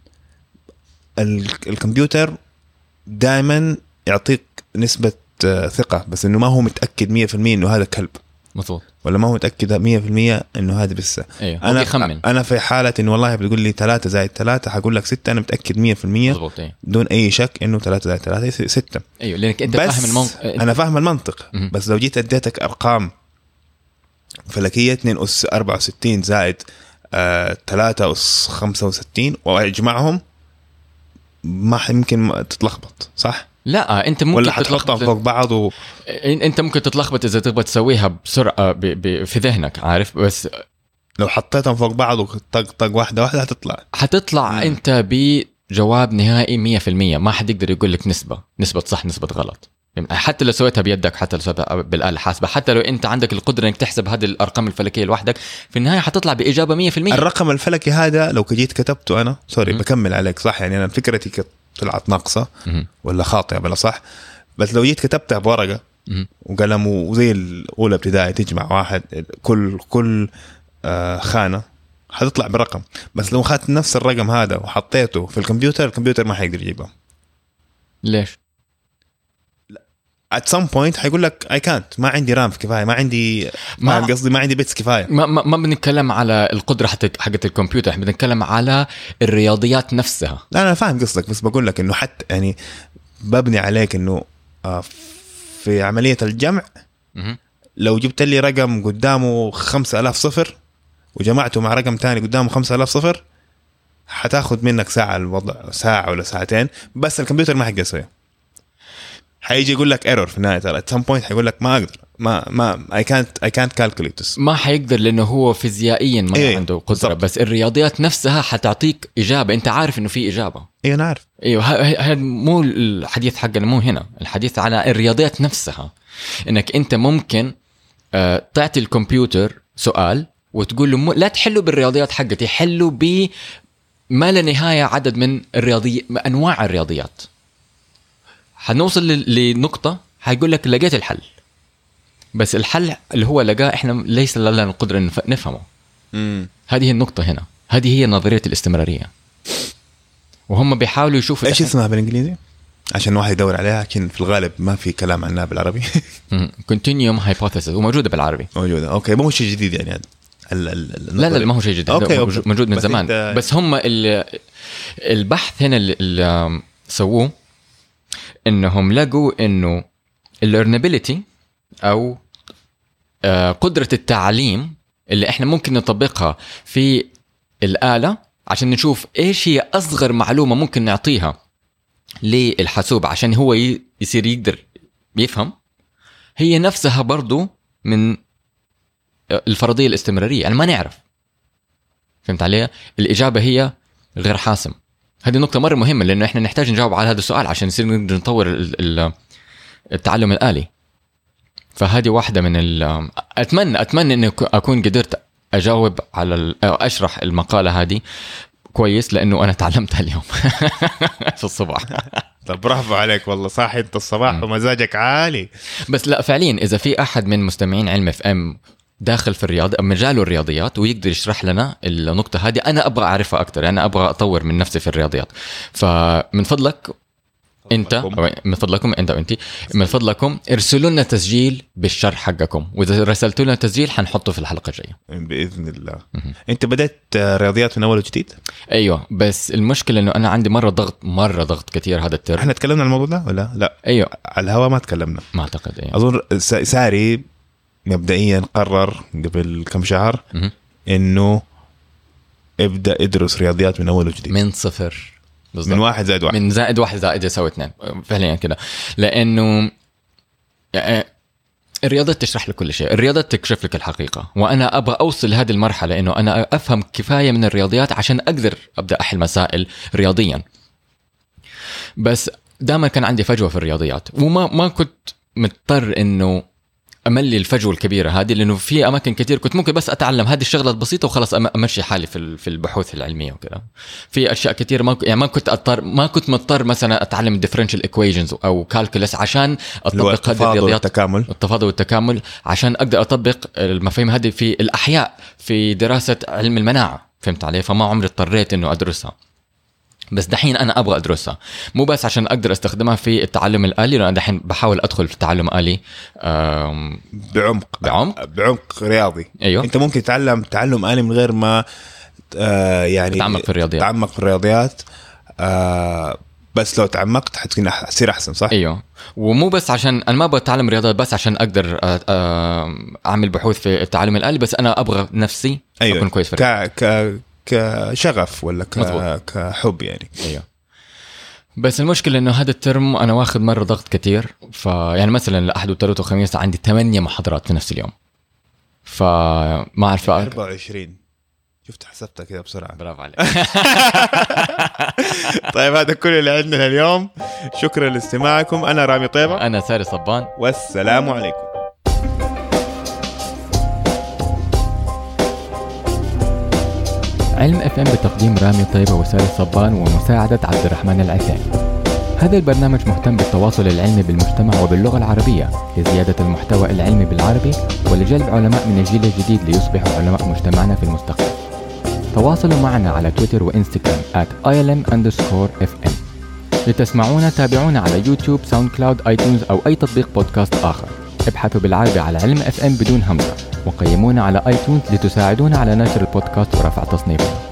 الكمبيوتر دائما يعطيك نسبة ثقة، بس إنه ما هو متأكد 100% إنه هذا كلب مظبوط، ولا ما هو متأكد 100% إنه هذا بس. أيوه. أنا في حالة إنه والله بتقول لي 3 زائد 3 حقول لك 6، أنا متأكد 100% مظبوط. أيوه. دون أي شك إنه 3 زائد 3 6. أيوه لأنك أنت فاهم المنطق. أنا فاهم المنطق. بس لو جيت أديتك أرقام فلكية 2 أس 64 زائد 3 أس 65 وأجمعهم ما يمكن تتلخبط، صح؟ لا انت ممكن ولا حتحطهم فوق بعض انت ممكن تتلخبط اذا تبغى تسويها بسرعه في ذهنك، عارف؟ بس لو حطيتهم فوق بعض وطق واحدة هتطلع انت بجواب نهائي 100%. ما حد يقدر يقول لك نسبة صح نسبة غلط. حتى لو سويتها بيدك، حتى لو سويتها بالآلة الحاسبة، حتى لو انت عندك القدرة انك تحسب هذه الارقام الفلكية لوحدك، في النهاية حتطلع بإجابة 100%. الرقم الفلكي هذا لو جيت كتبته انا بكمل عليك صح، يعني انا فكرتي طلعت ناقصة ولا خاطئة بلا صح، بس لو جيت كتبتها بورقة وقلم وزي الأولى ابتدائي تجمع واحد كل خانة هتطلع برقم. بس لو أخذت نفس الرقم هذا وحطيته في الكمبيوتر ما حيقدر يجيبه. ليش؟ at some point حيقول لك I can't، ما عندي رام كفاية، ما عندي قصدي ما عندي بيتس كفاية. ما بنتكلم على القدرة حقت الكمبيوتر، احنا بنتكلم على الرياضيات نفسها. لا أنا فاهم قصدك، بس بقول لك إنه حتى يعني ببني عليك إنه في عملية الجمع لو جبت لي رقم قدامه 5000 صفر وجمعته مع رقم تاني قدامه 5000 صفر حتاخد منك ساعة ولا ساعتين، بس الكمبيوتر ما حيقدر يسويه. حيجي يقول لك ايرور في النهاية، ترى at some point حيقول لك ما أقدر، ما I can't calculate this. ما حيقدر لأنه هو فيزيائيا ما عنده قدرة بالضبط. بس الرياضيات نفسها حتعطيك إجابة، أنت عارف إنه في إجابة. أنا عارف. هذا مو الحديث حقنا، مو هنا الحديث على الرياضيات نفسها. إنك أنت ممكن تعطي الكمبيوتر سؤال وتقول له لا تحله بالرياضيات حقتي، حله بما لا نهاية عدد من أنواع الرياضيات. حنوصل لنقطة هيقول لك لقيت الحل، بس الحل اللي هو لقاه إحنا ليس لنا القدرة نفهمه. هذه النقطة هنا، هذه هي نظرية الاستمرارية، وهم بيحاولوا يشوفوا إيش اسمها بالإنجليزي عشان واحد يدور عليها، لكن في الغالب ما في كلام عنها بالعربي. continuum hypothesis، وموجودة بالعربي. موجودة أوكي، ما هو شيء جديد يعني هذا. لا ما هو شيء جديد، موجود من زمان. بس هم البحث هنا اللي سووه إنهم لقوا إنه learnability أو قدرة التعليم اللي إحنا ممكن نطبقها في الآلة عشان نشوف إيش هي أصغر معلومة ممكن نعطيها للحاسوب عشان هو يصير يقدر يفهم، هي نفسها برضو من الفرضية الاستمرارية. يعني ما نعرف، فهمت عليها؟ الإجابة هي غير حاسم. هذه نقطة مرة مهمة، لأنه إحنا نحتاج نجاوب على هذا السؤال عشان نصير نقدر نطور التعلم الآلي. فهذه واحدة من أتمنى إني أكون قدرت أجاوب على أو أشرح المقالة هذه كويس، لأنه أنا تعلمتها اليوم في الصباح. طب برافو عليك والله، صاحي انت الصباح ومزاجك عالي. بس لا فعليا إذا في أحد من مستمعين علم اف ام داخل في الرياضة مجاله الرياضيات ويقدر يشرح لنا النقطة هذه، أنا أبغى أعرفها أكتر، أنا أبغى أطور من نفسي في الرياضيات. فمن فضلك من فضلكم ارسلوا لنا تسجيل بالشرح حقكم، وإذا رسلتوا لنا تسجيل حنحطه في الحلقة الجاية بإذن الله. أنت بدأت رياضيات من أول وجديد؟ أيوة، بس المشكلة إنه أنا عندي مرة ضغط كتير هذا الترم. إحنا تكلمنا عن الموضوع ده ولا لا؟ أيوة على الهواء ما تكلمنا، ما أعتقد. أيوة. أظن ساري مبدئيا قرر قبل كم شهر إنه ابدأ ادرس رياضيات من أول وجديد، من صفر بالضبط. من 1 زائد 1 من زائد 1 زائد يساوي 2 فعليا كده، لأنه الرياضة تشرح لك كل شيء، الرياضة تكشف لك الحقيقة، وأنا أبغى أوصل لهذه المرحلة إنه أنا أفهم كفاية من الرياضيات عشان أقدر أبدأ أحل مسائل رياضيا. بس دائما كان عندي فجوة في الرياضيات، وما كنت مضطر إنه أملي الفجوة الكبيرة هذه، لأنه في أماكن كتير كنت ممكن بس أتعلم هذه الشغلة البسيطة وخلاص أمشي حالي في البحوث العلمية وكذا. في أشياء كتير ما كنت مضطر مثلا أتعلم differential equations أو calculus عشان أطبق هذه الرياضيات، التفاضل والتكامل، عشان أقدر أطبق المفاهيم هذه في الأحياء في دراسة علم المناعة، فهمت علي؟ فما عمري اضطريت إنه أدرسها، بس دحين أنا أبغى أدرسها، مو بس عشان أقدر أستخدمها في التعلم الآلي، لأن دحين بحاول أدخل في التعلم الآلي بعمق رياضي. أيوه. أنت ممكن تعلم آلي من غير ما يعني تعمق في الرياضيات. بس لو تعمقت حتصير أحسن، صح؟ أيوه. ومو بس عشان أنا ما أبغى أتعلم رياضة بس عشان أقدر أعمل بحوث في التعلم الآلي، بس أنا أبغى نفسي أكون كويس في كشغف ولا كحب يعني. أيوه. بس المشكلة إنه هذا الترم أنا واخد مرة ضغط كتير، يعني مثلا الأحد والثلاث والخميس عندي 8 محاضرات في نفس اليوم، فما أعرف 24 شفت حسبتها كده بسرعة. برافو عليك. طيب هذا كل اللي عندنا اليوم. شكرا لاستماعكم. أنا رامي طيبة. أنا ساري صبان. والسلام عليكم. علم FM بتقديم رامي طيبة وساري صبان ومساعدة عبد الرحمن العثيمي. هذا البرنامج مهتم بالتواصل العلمي بالمجتمع وباللغة العربية لزيادة المحتوى العلمي بالعربي ولجلب علماء من الجيل الجديد ليصبحوا علماء مجتمعنا في المستقبل. تواصلوا معنا على تويتر وإنستغرام @ilm_fm. لتسمعونا تابعونا على يوتيوب، ساوند كلاود، آيتونز أو أي تطبيق بودكاست آخر. ابحثوا بالعربي على علم FM بدون همزة، وقيمونا على آيتونز لتساعدونا على نشر البودكاست ورفع تصنيفه.